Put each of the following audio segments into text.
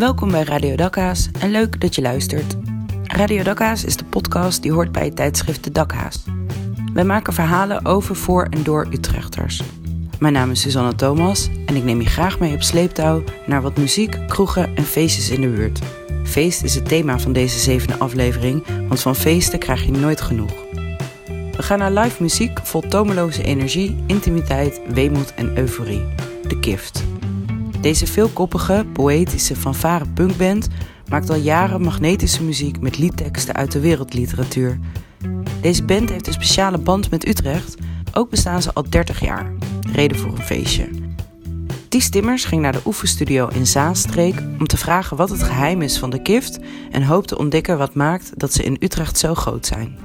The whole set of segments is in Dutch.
Welkom bij Radio Dakhaas en leuk dat je luistert. Radio Dakhaas is de podcast die hoort bij het tijdschrift De Dakhaas. Wij maken verhalen over, voor en door Utrechters. Mijn naam is Susanne Thomas en ik neem je graag mee op sleeptouw naar wat muziek, kroegen en feestjes in de buurt. Feest is het thema van deze 7e aflevering, want van feesten krijg je nooit genoeg. We gaan naar live muziek vol tomeloze energie, intimiteit, weemoed en euforie. De Kift. Deze veelkoppige, poëtische, fanfare punkband maakt al jaren magnetische muziek met liedteksten uit de wereldliteratuur. Deze band heeft een speciale band met Utrecht, ook bestaan ze al 30 jaar. Reden voor een feestje. Ties Timmers ging naar de oefenstudio in Zaanstreek om te vragen wat het geheim is van de Kift en hoopt te ontdekken wat maakt dat ze in Utrecht zo groot zijn.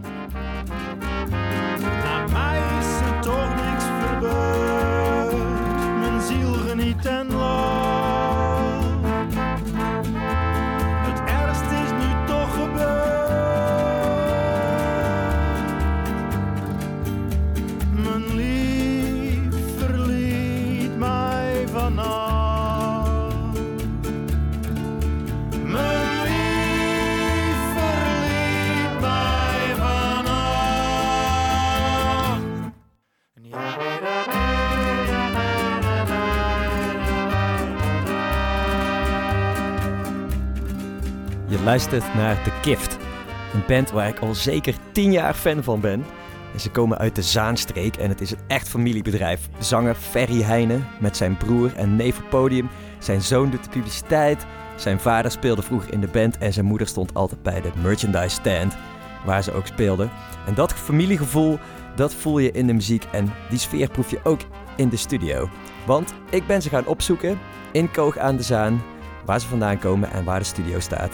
Je luistert naar The Kift, een band waar ik al zeker 10 jaar fan van ben. En ze komen uit de Zaanstreek en het is een echt familiebedrijf. Zanger Ferry Heijnen met zijn broer en neef op podium. Zijn zoon doet de publiciteit. Zijn vader speelde vroeger in de band en zijn moeder stond altijd bij de merchandise stand waar ze ook speelden. En dat familiegevoel, dat voel je in de muziek en die sfeer proef je ook in de studio. Want ik ben ze gaan opzoeken in Koog aan de Zaan, waar ze vandaan komen en waar de studio staat.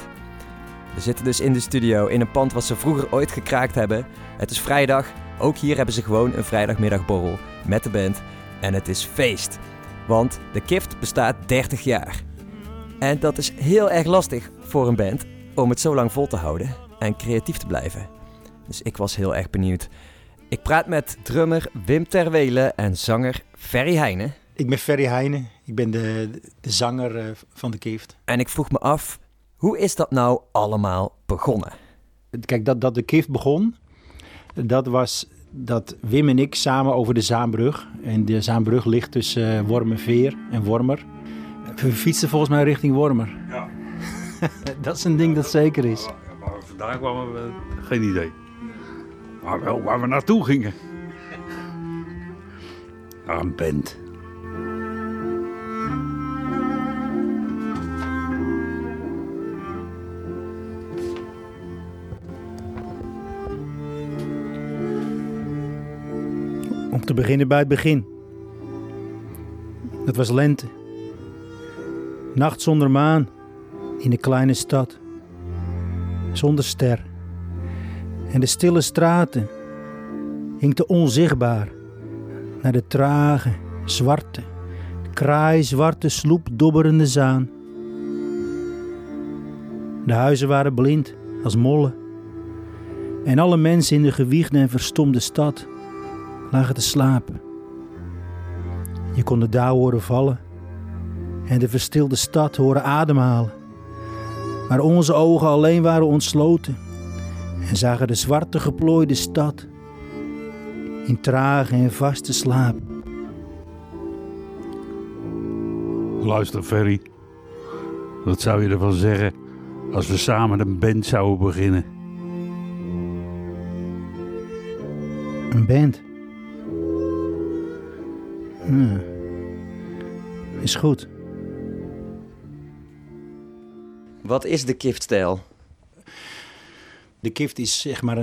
We zitten dus in de studio in een pand wat ze vroeger ooit gekraakt hebben. Het is vrijdag, ook hier hebben ze gewoon een vrijdagmiddagborrel met de band. En het is feest, want de Kift bestaat 30 jaar. En dat is heel erg lastig voor een band om het zo lang vol te houden en creatief te blijven. Dus ik was heel erg benieuwd. Ik praat met drummer Wim Terwelen en zanger Ferry Heijnen. Ik ben Ferry Heijnen, ik ben de zanger van de Kift. En ik vroeg me af, hoe is dat nou allemaal begonnen? Kijk, dat de Kift begon, dat was dat Wim en ik samen over de Zaanbrug. En de Zaanbrug ligt tussen Wormerveer en Wormer. We fietsen volgens mij richting Wormer. Ja. Dat is een ding dat zeker is. Ja, maar vandaan kwamen we, geen idee. Maar wel waar we naartoe gingen. Naar een band. Om te beginnen bij het begin. Het was lente. Nacht zonder maan in een kleine stad. Zonder ster. En de stille straten hinkten onzichtbaar naar de trage, zwarte, kraaienzwarte sloep dobberende Zaan. De huizen waren blind als mollen. En alle mensen in de gewiegde en verstomde stad lagen te slapen. Je kon de dauw horen vallen en de verstilde stad horen ademhalen. Maar onze ogen alleen waren ontsloten en zagen de zwarte geplooide stad in trage en vaste slaap. Luister Ferry, wat zou je ervan zeggen als we samen een band zouden beginnen? Een band? Is goed. Wat is de Kift-stijl? De Kift is zeg maar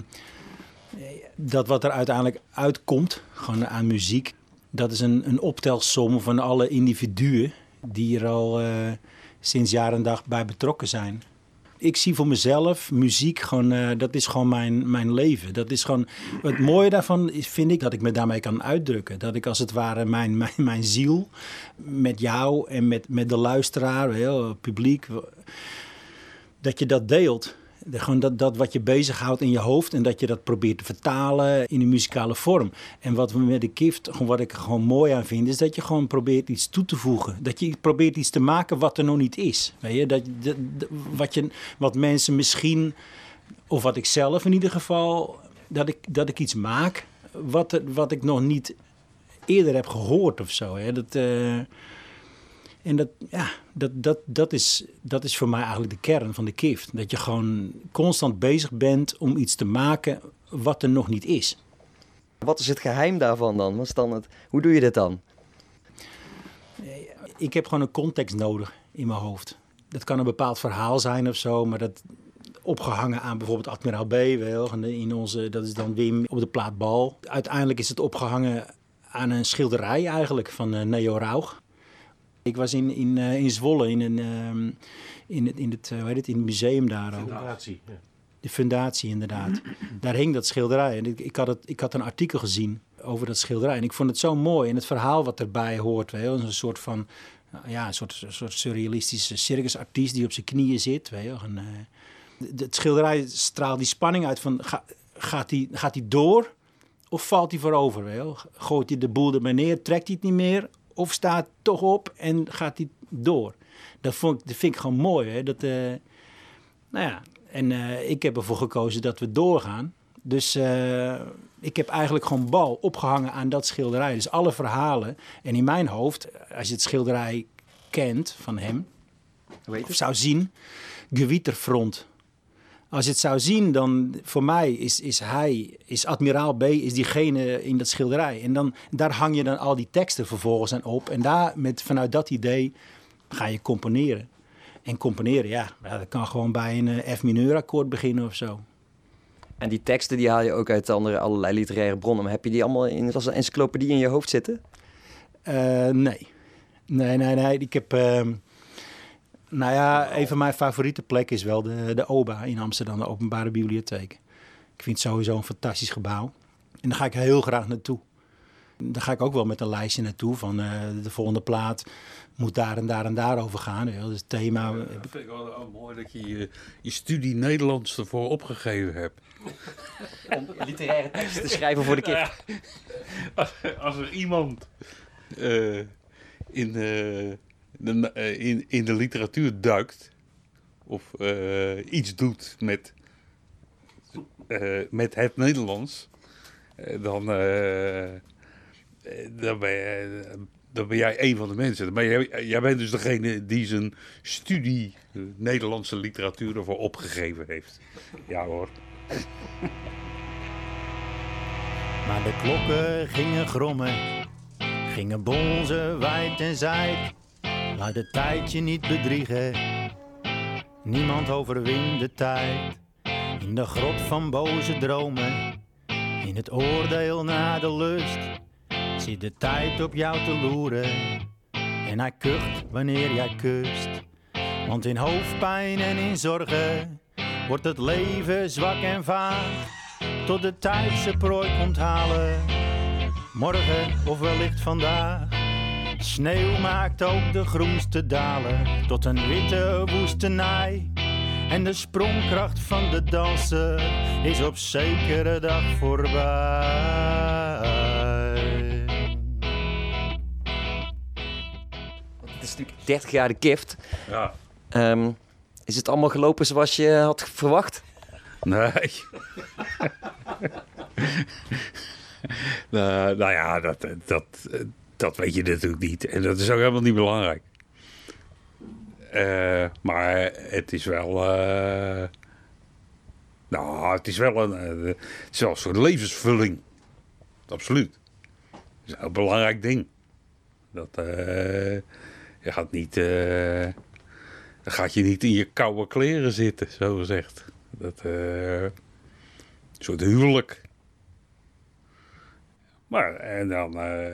dat wat er uiteindelijk uitkomt, gewoon aan muziek. Dat is een optelsom van alle individuen die er al sinds jaar en dag bij betrokken zijn. Ik zie voor mezelf muziek gewoon, dat is gewoon mijn leven. Dat is gewoon, het mooie daarvan vind ik dat ik me daarmee kan uitdrukken. Dat ik als het ware mijn ziel met jou en met de luisteraar, heel publiek, dat je dat deelt. Gewoon dat wat je bezighoudt in je hoofd en dat je dat probeert te vertalen in een muzikale vorm. En wat we met de Kift, wat ik er gewoon mooi aan vind, is dat je gewoon probeert iets toe te voegen. Dat je probeert iets te maken wat er nog niet is. Weet je? Wat mensen misschien, of wat ik zelf in ieder geval, dat ik iets maak wat ik nog niet eerder heb gehoord of zo. Hè? Dat is voor mij eigenlijk de kern van de Kift. Dat je gewoon constant bezig bent om iets te maken wat er nog niet is. Wat is het geheim daarvan dan? Wat is dan hoe doe je dit dan? Ik heb gewoon een context nodig in mijn hoofd. Dat kan een bepaald verhaal zijn of zo, maar dat opgehangen aan bijvoorbeeld Admiraal B. Dat is dan Wim op de plaat Bal. Uiteindelijk is het opgehangen aan een schilderij eigenlijk van Neo Rauch. Ik was in Zwolle in het museum daar ook. Fundatie. Ja. De fundatie inderdaad. Daar hing dat schilderij. En ik had een artikel gezien over dat schilderij. En ik vond het zo mooi. En het verhaal wat erbij hoort. Een soort van, een soort surrealistische circusartiest die op zijn knieën zit. Het schilderij straalt die spanning uit van, gaat hij door of valt hij voorover? Gooit hij de boel erbij neer, trekt hij het niet meer of staat toch op en gaat hij door? Dat vind ik gewoon mooi. En ik heb ervoor gekozen dat we doorgaan. Dus ik heb eigenlijk gewoon Bal opgehangen aan dat schilderij. Dus alle verhalen. En in mijn hoofd, als je het schilderij kent van hem, of zou zien, Gewitterfront. Als je het zou zien, dan voor mij is Admiraal B. is diegene in dat schilderij. En daar hang je dan al die teksten vervolgens aan op. En vanuit dat idee ga je componeren. En componeren, dat kan gewoon bij een F-mineur akkoord beginnen of zo. En die teksten die haal je ook uit allerlei literaire bronnen. Maar heb je die allemaal als een encyclopedie in je hoofd zitten? Nee. Ik heb... een van mijn favoriete plekken is wel de OBA in Amsterdam, de Openbare Bibliotheek. Ik vind het sowieso een fantastisch gebouw. En daar ga ik heel graag naartoe. Daar ga ik ook wel met een lijstje naartoe van de volgende plaat moet daar en daar en daar over gaan. Dat is het thema. Dat vind ik wel mooi dat je je studie Nederlands ervoor opgegeven hebt. Om literaire teksten te schrijven voor de Kift. Als er iemand in de literatuur duikt of iets doet met het Nederlands, dan ben jij een van de mensen. Maar jij bent dus degene die zijn studie Nederlandse literatuur ervoor opgegeven heeft. Ja hoor. Maar de klokken gingen grommen, gingen bonzen wijd en zijd. Laat de tijd je niet bedriegen, niemand overwint de tijd. In de grot van boze dromen, in het oordeel na de lust, zit de tijd op jou te loeren en hij kucht wanneer jij kust. Want in hoofdpijn en in zorgen wordt het leven zwak en vaag, tot de tijd zijn prooi komt halen, morgen of wellicht vandaag. Sneeuw maakt ook de groenste dalen tot een witte woestenij. En de sprongkracht van de danser is op zekere dag voorbij. Het is natuurlijk 30 jaar de Kift. Ja. Is het allemaal gelopen zoals je had verwacht? Nee. Nou ja, dat weet je natuurlijk niet. En dat is ook helemaal niet belangrijk. Maar het is wel... het is wel een soort levensvulling. Absoluut. Het is een heel belangrijk ding. Je gaat niet in je koude kleren zitten, zo gezegd. Een soort huwelijk. Maar, en dan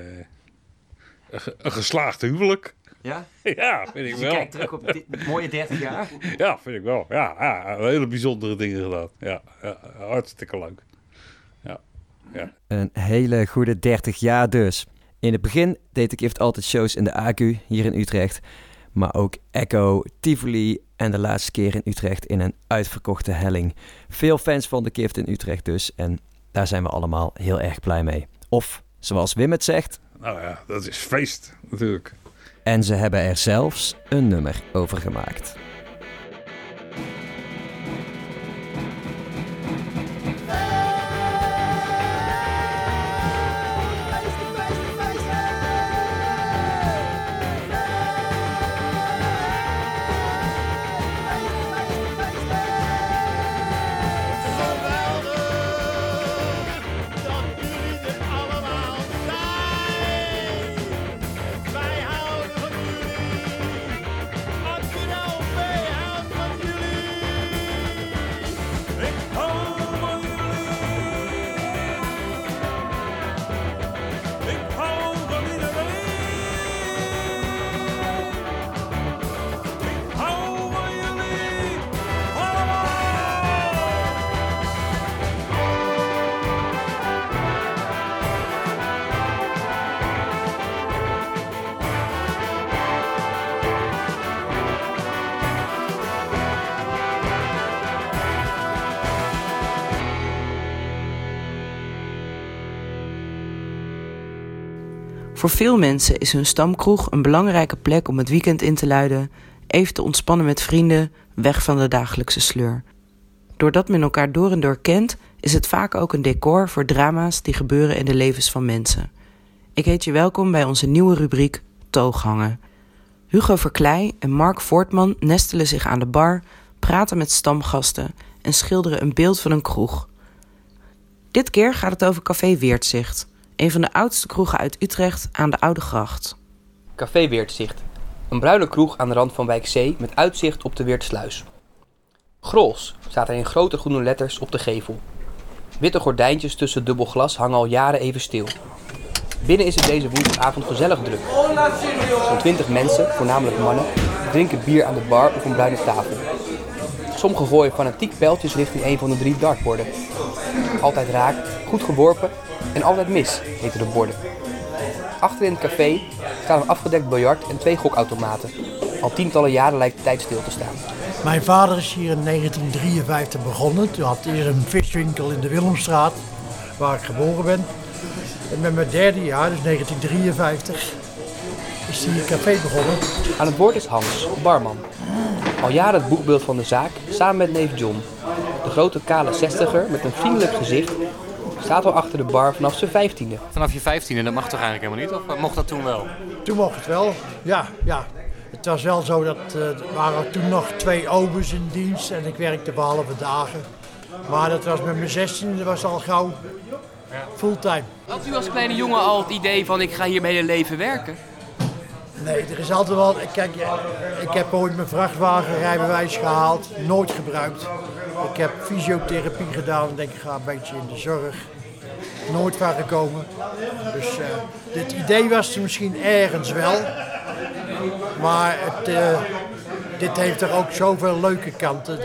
een geslaagd huwelijk. Ja? Ja, vind ik Dus wel. je kijkt terug op dit mooie 30 jaar? Ja, vind ik wel. Ja, hele bijzondere dingen gedaan. Ja, hartstikke leuk. Ja. Een hele goede 30 jaar dus. In het begin deed ik altijd shows in de AQ hier in Utrecht. Maar ook Echo, Tivoli en de laatste keer in Utrecht in een uitverkochte helling. Veel fans van The Gift in Utrecht dus. En daar zijn we allemaal heel erg blij mee. Of, zoals Wim het zegt... Nou ja, dat is feest natuurlijk. En ze hebben er zelfs een nummer over gemaakt. Voor veel mensen is hun stamkroeg een belangrijke plek om het weekend in te luiden, even te ontspannen met vrienden, weg van de dagelijkse sleur. Doordat men elkaar door en door kent, is het vaak ook een decor voor drama's die gebeuren in de levens van mensen. Ik heet je welkom bij onze nieuwe rubriek Tooghangen. Hugo Verkleij en Mark Voortman nestelen zich aan de bar, praten met stamgasten en schilderen een beeld van een kroeg. Dit keer gaat het over Café Weertzicht, een van de oudste kroegen uit Utrecht aan de Oude Gracht. Café Weertzicht, een bruine kroeg aan de rand van wijk C met uitzicht op de Weertsluis. Grols staat er in grote groene letters op de gevel. Witte gordijntjes tussen dubbel glas hangen al jaren even stil. Binnen is het deze woensdagavond gezellig druk. Zo'n 20 mensen, voornamelijk mannen, drinken bier aan de bar of een bruine tafel. Sommigen gooien fanatiek pijltjes richting een van de 3 dartborden. Altijd raak, goed geworpen en altijd mis, heten de borden. Achter in het café staan een afgedekt biljart en 2 gokautomaten. Al tientallen jaren lijkt de tijd stil te staan. Mijn vader is hier in 1953 begonnen. Toen had hij een viswinkel in de Willemstraat, waar ik geboren ben. En met mijn derde jaar, dus 1953, is hij een café begonnen. Aan het woord is Hans, barman. Al jaren het boegbeeld van de zaak, samen met neef John. De grote kale 60er met een vriendelijk gezicht staat al achter de bar vanaf zijn 15e. Vanaf je 15e, dat mag toch eigenlijk helemaal niet? Of mocht dat toen wel? Toen mocht het wel, ja. Het was wel zo dat er waren toen nog 2 obers in dienst en ik werkte behalve dagen. Maar dat was met mijn 16e, dat was al gauw fulltime. Had u als kleine jongen al het idee van ik ga hier mijn hele leven werken? Nee, er is altijd wel... Kijk, ik heb ooit mijn vrachtwagenrijbewijs gehaald, nooit gebruikt. Ik heb fysiotherapie gedaan en denk ik ga een beetje in de zorg. Nooit van gekomen. Dus dit idee was er misschien ergens wel. Maar dit heeft er ook zoveel leuke kanten.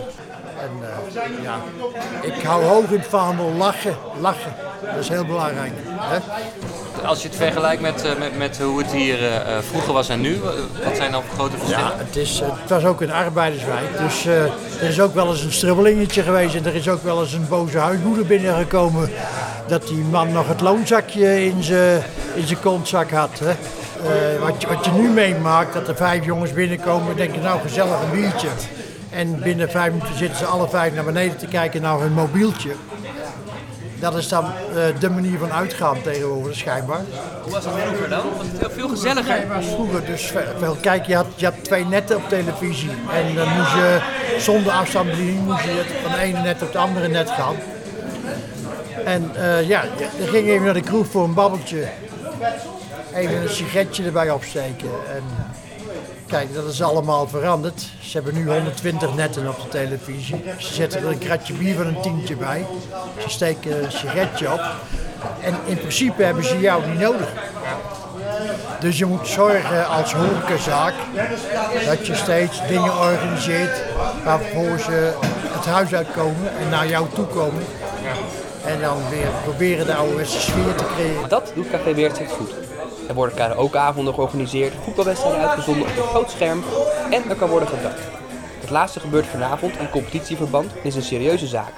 Ik hou hoog in het vaandel lachen. Dat is heel belangrijk. Hè? Als je het vergelijkt met hoe het hier vroeger was en nu, wat zijn dan grote verschillen? Ja, het was ook een arbeiderswijk, dus er is ook wel eens een strubbelingetje geweest en er is ook wel eens een boze huismoeder binnengekomen dat die man nog het loonzakje in zijn kontzak had. Hè. Wat je nu meemaakt, dat er 5 jongens binnenkomen en denken nou gezellig een biertje. En binnen 5 minuten zitten ze alle 5 naar beneden te kijken naar hun mobieltje. Dat is dan de manier van uitgaan tegenwoordig, schijnbaar. Hoe was het vroeger dan? Was het heel veel gezelliger? Het was vroeger dus veel. Kijk, je had 2 netten op televisie. En dan moest je zonder afstandsbediening moest je van de ene net op de andere net gaan. En dan ging even naar de kroeg voor een babbeltje. Even een sigaretje erbij opsteken. En kijk, dat is allemaal veranderd. Ze hebben nu 120 netten op de televisie. Ze zetten er een kratje bier van een tientje bij. Ze steken een sigaretje op. En in principe hebben ze jou niet nodig. Dus je moet zorgen als horecazaak dat je steeds dingen organiseert waarvoor ze het huis uitkomen en naar jou toe komen. En dan weer proberen de ouderwetse sfeer te creëren. Dat doet Café Weertzicht goed. Er worden karaokeavonden georganiseerd, voetbalwedstrijden uitgezonden op een groot scherm en er kan worden gedanst. Het laatste gebeurt vanavond in competitieverband en is een serieuze zaak.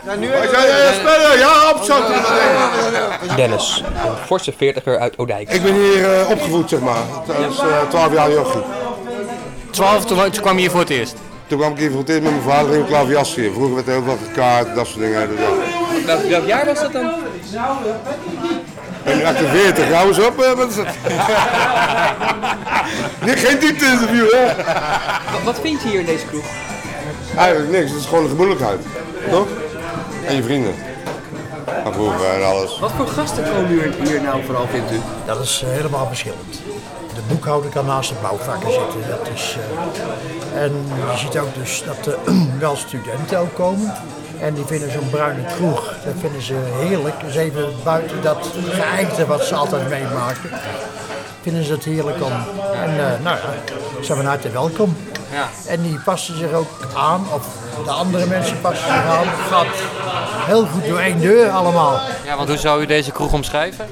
Dennis, een forse 40er uit Odijk. Ik ben hier opgevoed, zeg maar. Dat is 12 jaar jochie. 12, toen kwam je hier voor het eerst? Toen kwam ik hier voor het eerst met mijn vader in een klaverjas hier. Vroeger werd er heel veel gekaart, dat soort dingen. Dus, Welk jaar was dat dan? Ik ben nu 48, hou eens op. Wat is dat? Geen diepte-interview, hè? Wat vind je hier in deze kroeg? Eigenlijk niks, het is gewoon een gemoedelijkheid. Toch? En je vrienden. Van vroeger en alles. Wat voor gasten komen hier nou vooral, vindt u? Dat is helemaal verschillend. De boekhouder kan naast de bouwvakker zitten. Dat is, en je ziet ook dus dat er wel studenten ook komen. En die vinden zo'n bruine kroeg, dat vinden ze heerlijk. Dus even buiten dat geëikte wat ze altijd meemaken, vinden ze het heerlijk om. En nou ja, ze zijn van harte welkom. Ja. En die passen zich ook aan, of de andere mensen passen zich aan. Het gaat heel goed door één deur allemaal. Ja, want hoe zou u deze kroeg omschrijven?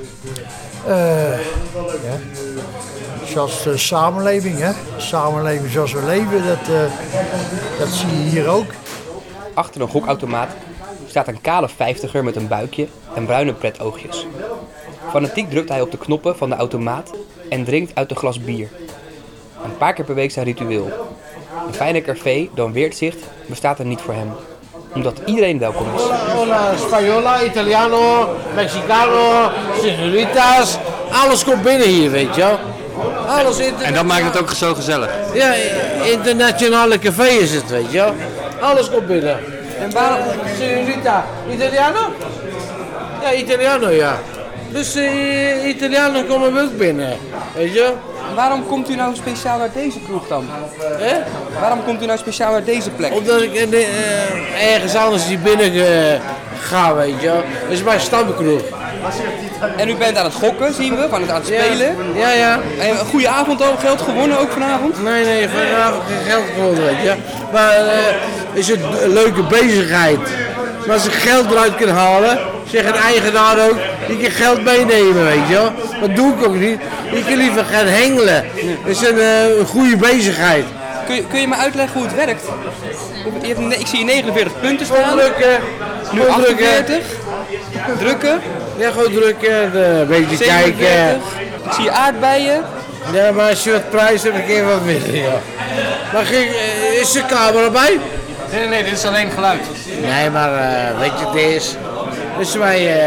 Ja. Zoals de samenleving, hè? De samenleving zoals we leven, dat zie je hier ook. Achter een gokautomaat staat een kale 50er met een buikje en bruine pretoogjes. Fanatiek drukt hij op de knoppen van de automaat en drinkt uit een glas bier. Een paar keer per week zijn ritueel. Een fijne café dan Weertzicht bestaat er niet voor hem, omdat iedereen welkom is. Spañola, Italiano, Mexicano, señoritas, alles komt binnen hier, weet je wel. Alles En dat maakt het ook zo gezellig. Ja, internationale café is het, weet je wel. Alles komt binnen. En waarom? Señorita, Italiano? Ja, Italiano, ja. Dus Italianen komen ook binnen, weet je. Waarom komt u nou speciaal naar deze kroeg dan? Waarom komt u nou speciaal naar deze plek? Omdat ik ergens anders hier binnen ga, weet je. Dat is mijn stamkroeg. En u bent aan het gokken, zien we, aan het spelen. Ja, ja. En een goede avond ook, geld gewonnen ook vanavond? Nee, vanavond geen geld gewonnen, weet je. Maar is het een leuke bezigheid. Maar als ik geld eruit kan halen, zegt een eigenaar ook, je kan geld meenemen, weet je wel. Dat doe ik ook niet. Ik kan liever gaan hengelen. Dat is een goede bezigheid. Kun je me uitleggen hoe het werkt? Ik zie 49 punten staan. Drukken. Nu 48. Drukken. Ja, gewoon drukken. Een beetje 47. kijken. Ik zie aardbeien. Ja, maar als je wat prijs hebt, dan kun je wat winnen, ja. Maar is de camera bij? Nee, dit is alleen geluid. Nee, maar weet je, het is... Dus wij...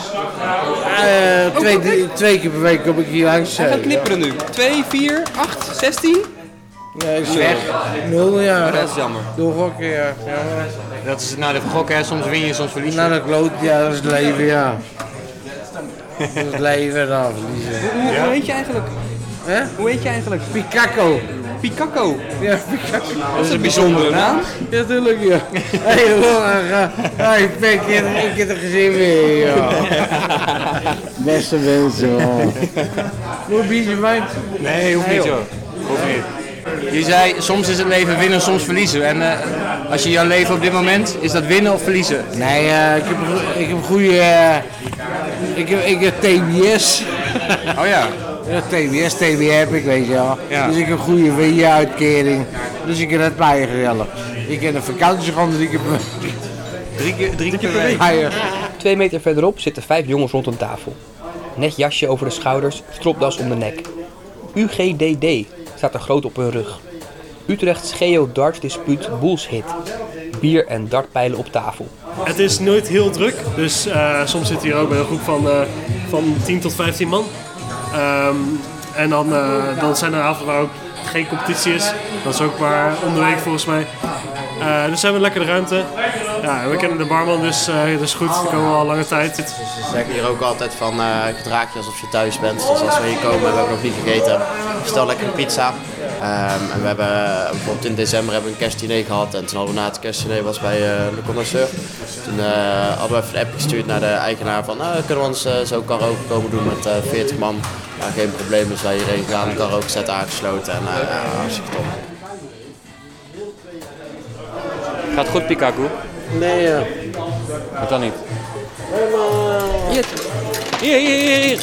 twee keer per week kom ik hier langs. Hij gaat knipperen nu. 2, 4, 8, 16. Nee, is weg. 0, ja. Dat is jammer. Door gokken, ja. Dat is het nadeel van gokken, hè. Soms win je, soms verlies je. Nou, dat kloot, ja, dat is het leven, ja. Dat is het leven, dan verliezen. Hoe heet je eigenlijk? Hè? Hoe heet je eigenlijk? Picaco. Picaco. Ja, Picaco. Dat is een bijzondere naam. Ja, tuurlijk, ja. Hey, ik heb het gezien weer, ja. Beste mensen, man. Moet een biertje wijn? Nee, hoeft niet zo. Hoeft niet. Je zei, soms is het leven winnen, soms verliezen. En als je jouw leven op dit moment, is dat winnen of verliezen? Nee, ik heb een goede... Ik heb TBS. Oh ja. Ja, TBR heb ik, weet je wel. Ja. Dus ik heb een goede WJ-uitkering. Dus ik heb het bij je gezellig. Ik heb een vakantie gehad, dus ik heb... Drie keer per week. 2 meter verderop zitten 5 jongens rond een tafel. Net jasje over de schouders, stropdas om de nek. UGDD staat er groot op hun rug. Utrechts Geo-Darts Dispuut Bulls Hit. Bier en dartpijlen op tafel. Het is nooit heel druk, dus soms zit hier ook bij een groep van 10 tot 15 man. En dan zijn er avonden waar ook geen competitie is. Dat is ook maar om de week volgens mij. Dus hebben we lekker de ruimte. Ja, we kennen de barman, dus dat is goed. We komen al lange tijd. We zeggen hier ook altijd van gedraag je alsof je thuis bent. Dus als we hier komen, we hebben nog niet gegeten. Bestel lekker een pizza. En we hebben bijvoorbeeld in december hebben we een kerstdiner gehad. En toen hadden we na het kerstdiner was bij Le Connoisseur. Toen hadden we even een app gestuurd naar de eigenaar van kunnen we ons zo karaoke komen doen met 40 man. Ja, geen probleem, dus wij hierheen gegaan, een karaoke set aangesloten en hartstikke top. Gaat goed, Picaco? Nee, ja. Dat kan niet. Hier.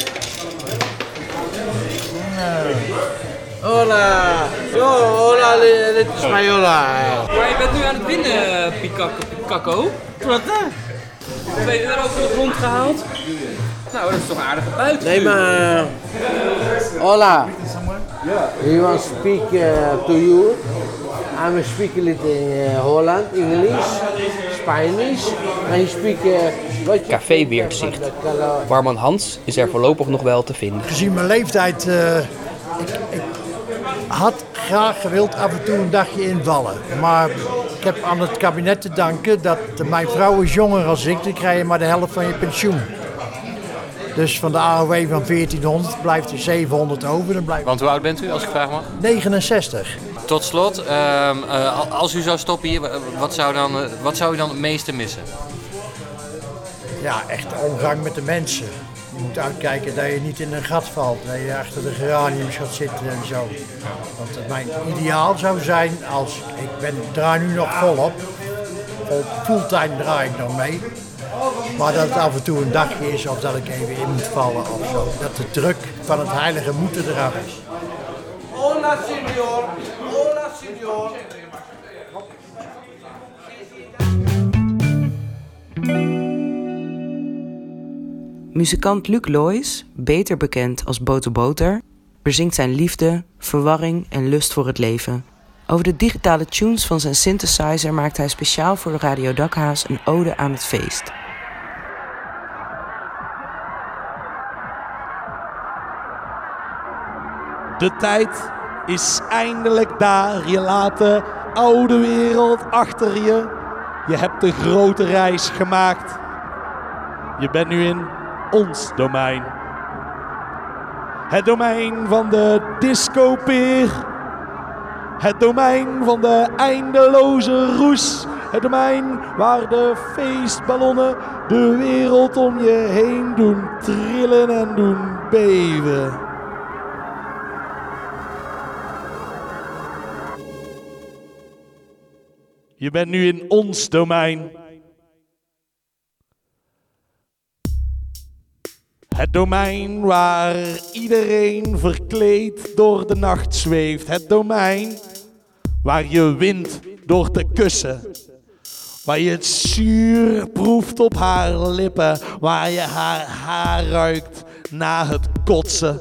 Hola. Hola, dit is Majola. Maar je bent nu aan het winnen, Picaco. Wat dan? 2 euro voor de grond gehaald. Nou, dat is toch een aardige buit. Nee, maar... Hola. You want to speak to you? I'm speaking it in Holland, English, Spanish. And you speak... Café Weerzicht. Barman Hans is er voorlopig nog wel te vinden. Gezien mijn leeftijd, ik had graag gewild af en toe een dagje invallen. Maar ik heb aan het kabinet te danken dat mijn vrouw is jonger als ik. Dan krijg je maar de helft van je pensioen. Dus van de AOW van 1400 blijft er 700 over. Want hoe oud bent u, als ik vraag mag? 69. Tot slot, als u zou stoppen hier, wat zou u dan het meeste missen? Ja, echt de omgang met de mensen. Je moet uitkijken dat je niet in een gat valt, dat je achter de geraniums gaat zitten en zo. Want mijn ideaal zou zijn als, draai nu nog volop, fulltime draai ik nog mee. Maar dat het af en toe een dagje is of dat ik even in moet vallen of zo. Dat de druk van het heilige moeten eraf is. Hola, signor. Hola, signor. Muzikant Luc Loijs, beter bekend als Boter Boter, bezingt zijn liefde, verwarring en lust voor het leven. Over de digitale tunes van zijn synthesizer maakt hij speciaal voor de Radio Dakhaas een ode aan het feest. De tijd is eindelijk daar. Je laat de oude wereld achter je. Je hebt de grote reis gemaakt. Je bent nu in ons domein. Het domein van de discopeer. Het domein van de eindeloze roes. Het domein waar de feestballonnen de wereld om je heen doen trillen en doen beven. Je bent nu in ons domein. Het domein waar iedereen verkleed door de nacht zweeft. Het domein waar je wint door te kussen. Waar je het zuur proeft op haar lippen. Waar je haar ruikt na het kotsen.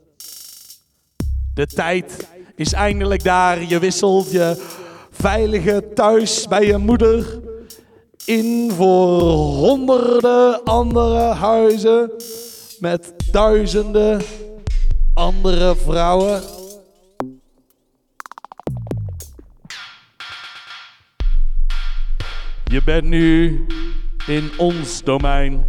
De tijd is eindelijk daar. Je wisselt je veilige thuis bij je moeder in voor honderden andere huizen met duizenden andere vrouwen. Je bent nu in ons domein.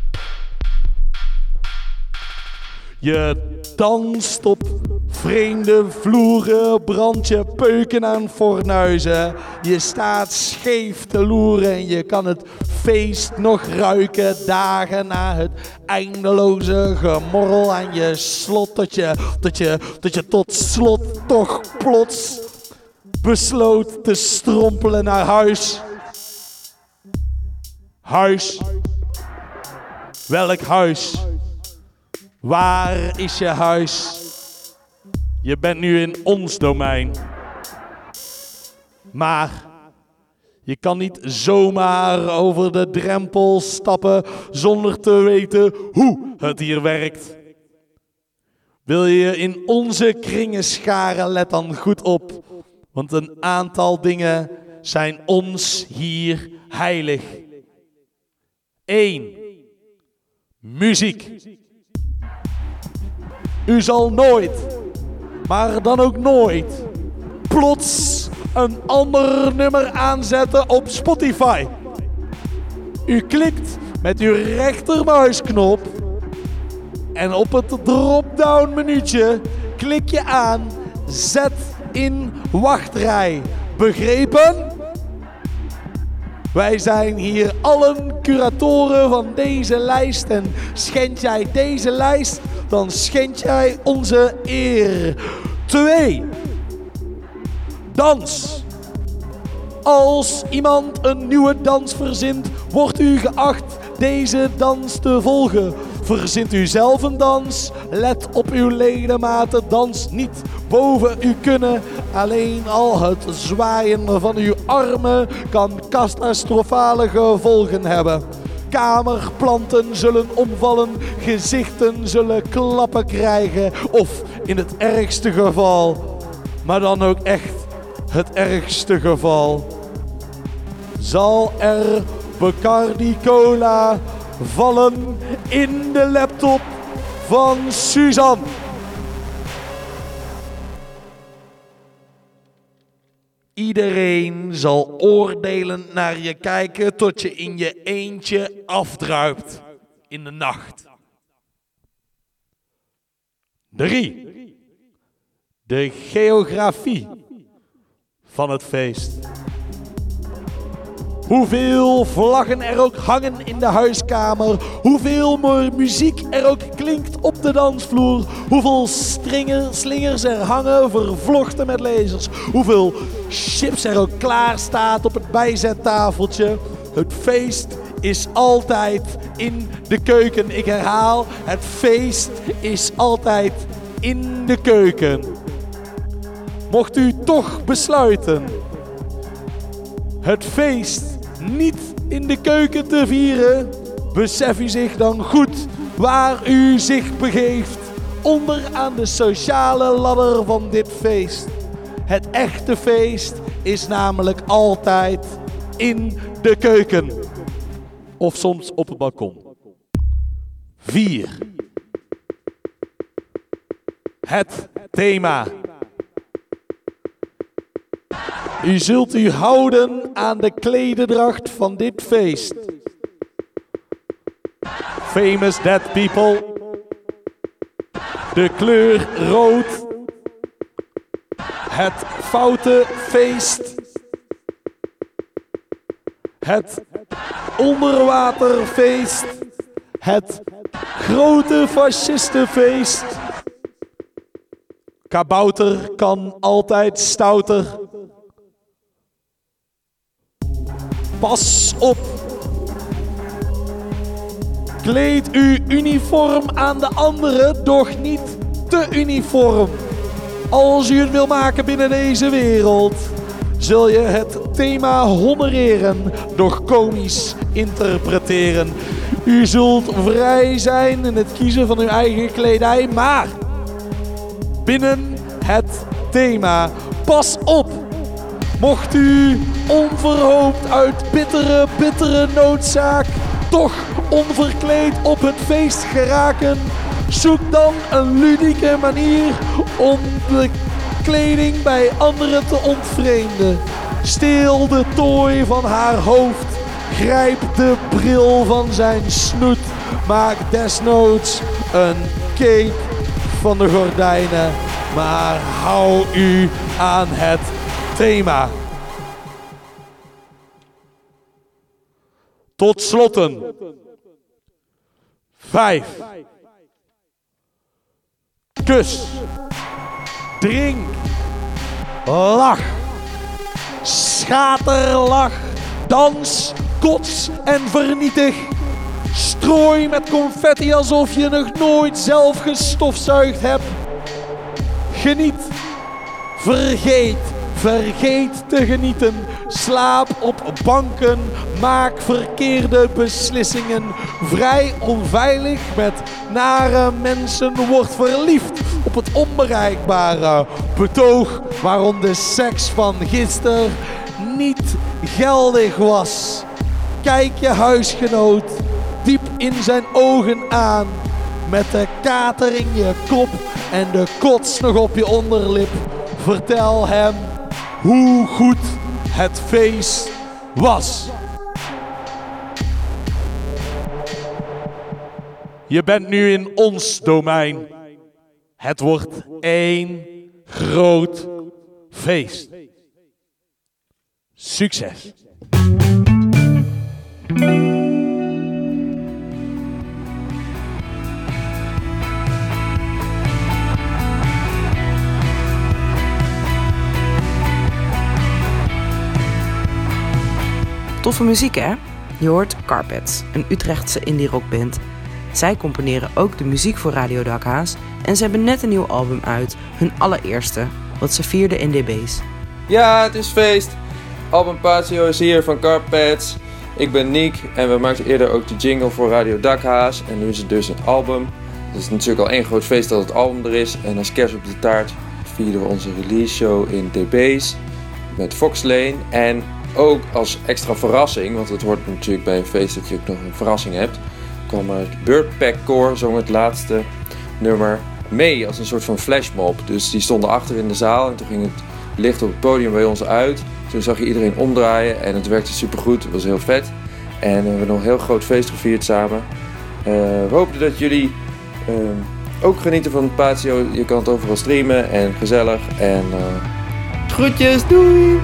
Je danst op vreemde vloeren, brand je peuken aan fornuizen. Je staat scheef te loeren en je kan het feest nog ruiken. Dagen na het eindeloze gemorrel aan je slot. Dat je tot slot toch plots besloot te strompelen naar huis. Huis. Welk huis? Waar is je huis? Je bent nu in ons domein. Maar je kan niet zomaar over de drempel stappen zonder te weten hoe het hier werkt. Wil je in onze kringen scharen, let dan goed op. Want een aantal dingen zijn ons hier heilig. 1. Muziek. U zal nooit, maar dan ook nooit, plots een ander nummer aanzetten op Spotify. U klikt met uw rechtermuisknop en op het drop-down menuutje klik je aan Zet in wachtrij. Begrepen? Wij zijn hier allen curatoren van deze lijst en schend jij deze lijst, dan schend jij onze eer. 2. Dans. Als iemand een nieuwe dans verzint, wordt u geacht deze dans te volgen. Verzint u zelf een dans, let op uw ledematen, dans niet boven uw kunnen. Alleen al het zwaaien van uw armen kan catastrofale gevolgen hebben. Kamerplanten zullen omvallen, gezichten zullen klappen krijgen of in het ergste geval, maar dan ook echt het ergste geval, zal er Bacardi Cola vallen in de laptop van Suzanne. Iedereen zal oordelend naar je kijken tot je in je eentje afdruipt in de nacht. 3. De geografie van het feest. Hoeveel vlaggen er ook hangen in de huiskamer, hoeveel muziek er ook klinkt op de dansvloer, hoeveel slingers er hangen vervlochten met lasers, hoeveel chips er ook klaar staat op het bijzettafeltje. Het feest is altijd in de keuken. Ik herhaal, het feest is altijd in de keuken. Mocht u toch besluiten het feest niet in de keuken te vieren, besef u zich dan goed waar u zich begeeft. Onderaan de sociale ladder van dit feest. Het echte feest is namelijk altijd in de keuken. Of soms op het balkon. 4. Het thema. U zult u houden aan de klededracht van dit feest. Famous dead people. De kleur rood. Het foute feest. Het onderwaterfeest. Het grote fascistenfeest. Kabouter kan altijd stouter. Pas op. Kleed uw uniform aan de anderen, doch niet te uniform. Als u het wil maken binnen deze wereld, zul je het thema honoreren, doch komisch interpreteren. U zult vrij zijn in het kiezen van uw eigen kledij, maar binnen het thema. Pas op! Mocht u onverhoopt uit bittere noodzaak toch onverkleed op het feest geraken, zoek dan een ludieke manier om de kleding bij anderen te ontvreemden. Steel de tooi van haar hoofd, grijp de bril van zijn snoet, maak desnoods een cape van de gordijnen, maar hou u aan het thema. Tot slotten. 5. Kus. Drink. Lach. Schaterlach. Dans. Kots en vernietig. Strooi met confetti alsof je nog nooit zelf gestofzuigd hebt. Geniet. Vergeet te genieten. Slaap op banken. Maak verkeerde beslissingen. Vrij onveilig met nare mensen. Word verliefd op het onbereikbare. Betoog waarom de seks van gisteren niet geldig was. Kijk je huisgenoot diep in zijn ogen aan. Met de kater in je kop en de kots nog op je onderlip. Vertel hem hoe goed het feest was. Je bent nu in ons domein. Het wordt één groot feest. Succes! Toffe muziek, hè? Je hoort Carpets, een Utrechtse indie rockband. Zij componeren ook de muziek voor Radio Dakhaas en ze hebben net een nieuw album uit, hun allereerste, wat ze vierden in DB's. Ja, het is feest. Album Patio is hier van Carpets. Ik ben Nick en we maakten eerder ook de jingle voor Radio Dakhaas en nu is het dus een album. Het is natuurlijk al één groot feest dat het album er is en als kerst op de taart vierden we onze release show in DB's met Fox Lane en ook als extra verrassing, want het hoort natuurlijk bij een feest dat je ook nog een verrassing hebt, kwam het Birdpack Koor, zong het laatste nummer mee als een soort van flashmob. Dus die stonden achter in de zaal en toen ging het licht op het podium bij ons uit. Toen zag je iedereen omdraaien en het werkte supergoed, het was heel vet. En we hebben nog een heel groot feest gevierd samen. We hopen dat jullie ook genieten van het Patio. Je kan het overal streamen en gezellig. En groetjes, doei!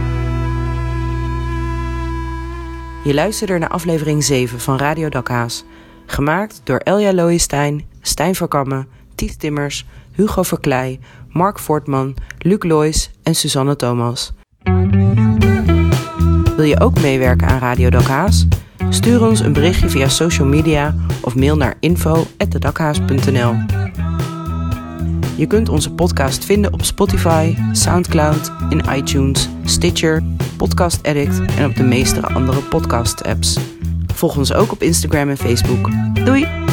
Je luisterde naar aflevering 7 van Radio Dakhaas. Gemaakt door Elja Looijenstein, Stijn Verkammen, Tiet Timmers, Hugo Verkleij, Mark Voortman, Luc Loijs en Suzanne Thomas. Wil je ook meewerken aan Radio Dakhaas? Stuur ons een berichtje via social media of mail naar info@dedakhaas.nl. Je kunt onze podcast vinden op Spotify, Soundcloud, in iTunes, Stitcher, Podcast Addict en op de meeste andere podcast-apps. Volg ons ook op Instagram en Facebook. Doei!